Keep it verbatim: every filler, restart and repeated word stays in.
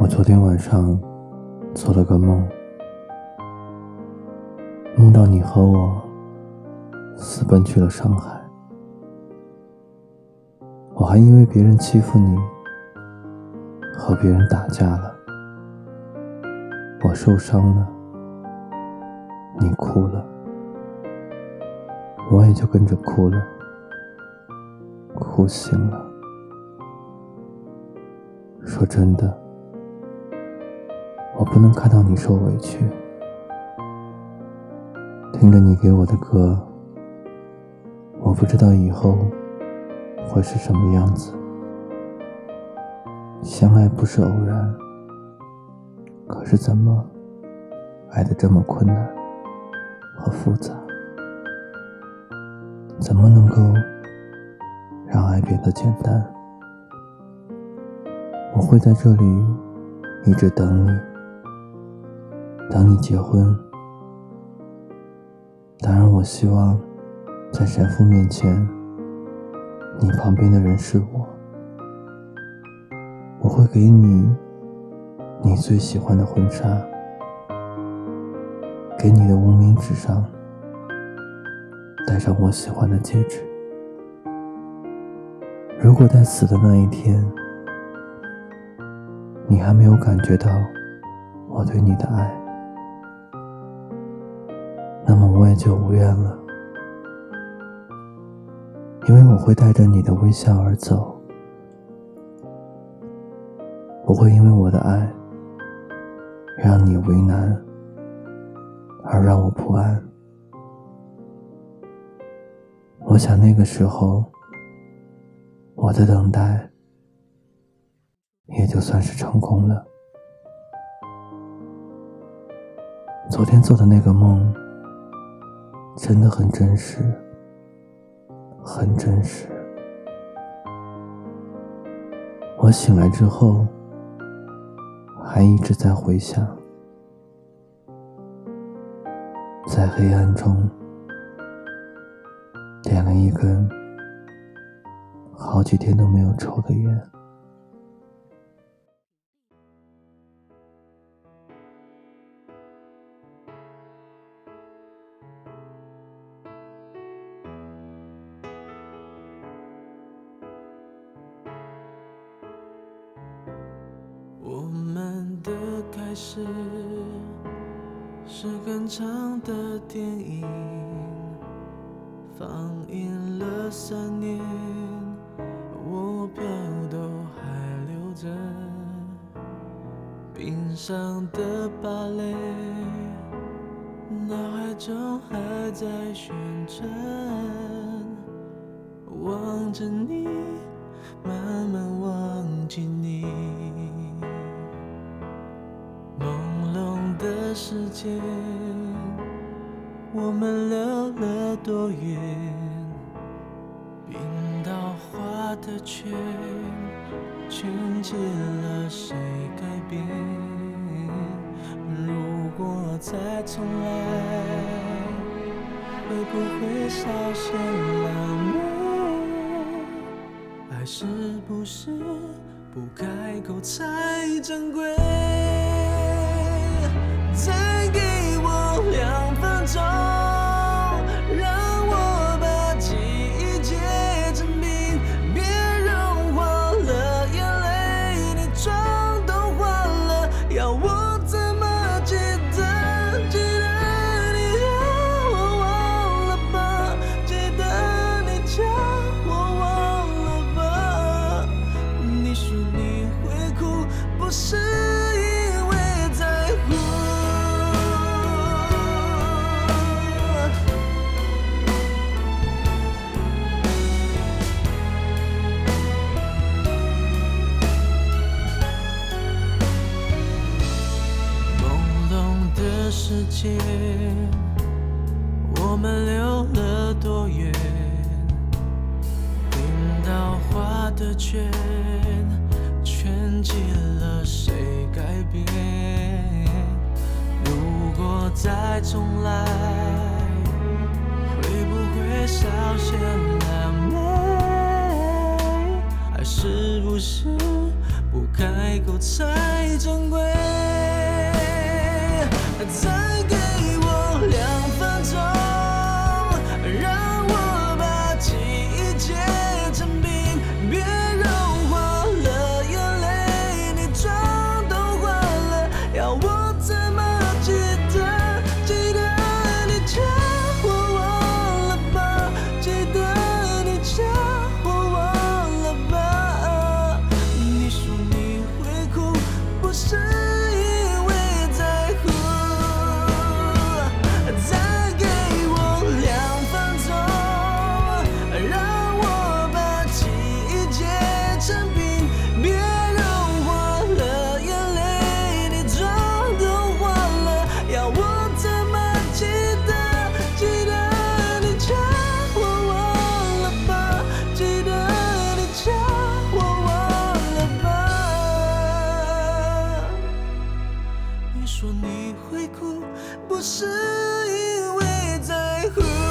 昨天晚上做了个梦，梦到你和我私奔去了上海。我还因为别人欺负你和别人打架了，我受伤了，你哭了，我也就跟着哭了，哭醒了。说真的，我不能看到你受委屈，听着你给我的歌，我不知道以后会是什么样子。相爱不是偶然，可是怎么爱得这么困难和复杂？怎么能够让爱变得简单？我会在这里一直等你，等你结婚。当然我希望在神父面前，你旁边的人是我。我会给你你最喜欢的婚纱，给你的无名指上戴上我喜欢的戒指。如果在死的那一天，你还没有感觉到我对你的爱，那么我也就无怨了，因为我会带着你的微笑而走，不会因为我的爱让你为难而让我不安。我想那个时候，我的等待也就算是成功了。昨天做的那个梦真的很真实，很真实。我醒来之后还一直在回想，在黑暗中点了一根好几天都没有抽的烟。 我们的开始是很长的电影，放映了三年，我票都还留着，冰上的芭蕾，脑海中还在旋转，望着你，慢慢忘记你。朦胧的时间，我们溜了多远？冰刀划的圈，圈起了谁改变？如果再重来，会不会少些浪漫？爱是不是不开口才珍贵？再给我两分钟，让我把记忆结成冰，别融化了眼泪，你妆都花了，要我怎么记得？记得你让我忘了吧，记得你叫我忘了吧。你说你会哭，不是因为在乎。世界，我们溜了多远？冰刀划的圈，圈起了谁改变？如果再重来，会不会少些狼狈？爱是不是不开口才珍贵。再给我两分钟，让我把记忆结成冰，别融化了眼泪，你妆都花了，要我怎么记得？记得你叫我忘了吧，记得你叫我忘了吧。你说你会哭，不是因为在乎。再给我两分钟，让我把记忆结成冰，别融化了眼泪，你妆都花了，要我怎么记得？记得你叫我忘了吧，记得你叫我忘了吧。你说你会哭，不是因为在乎。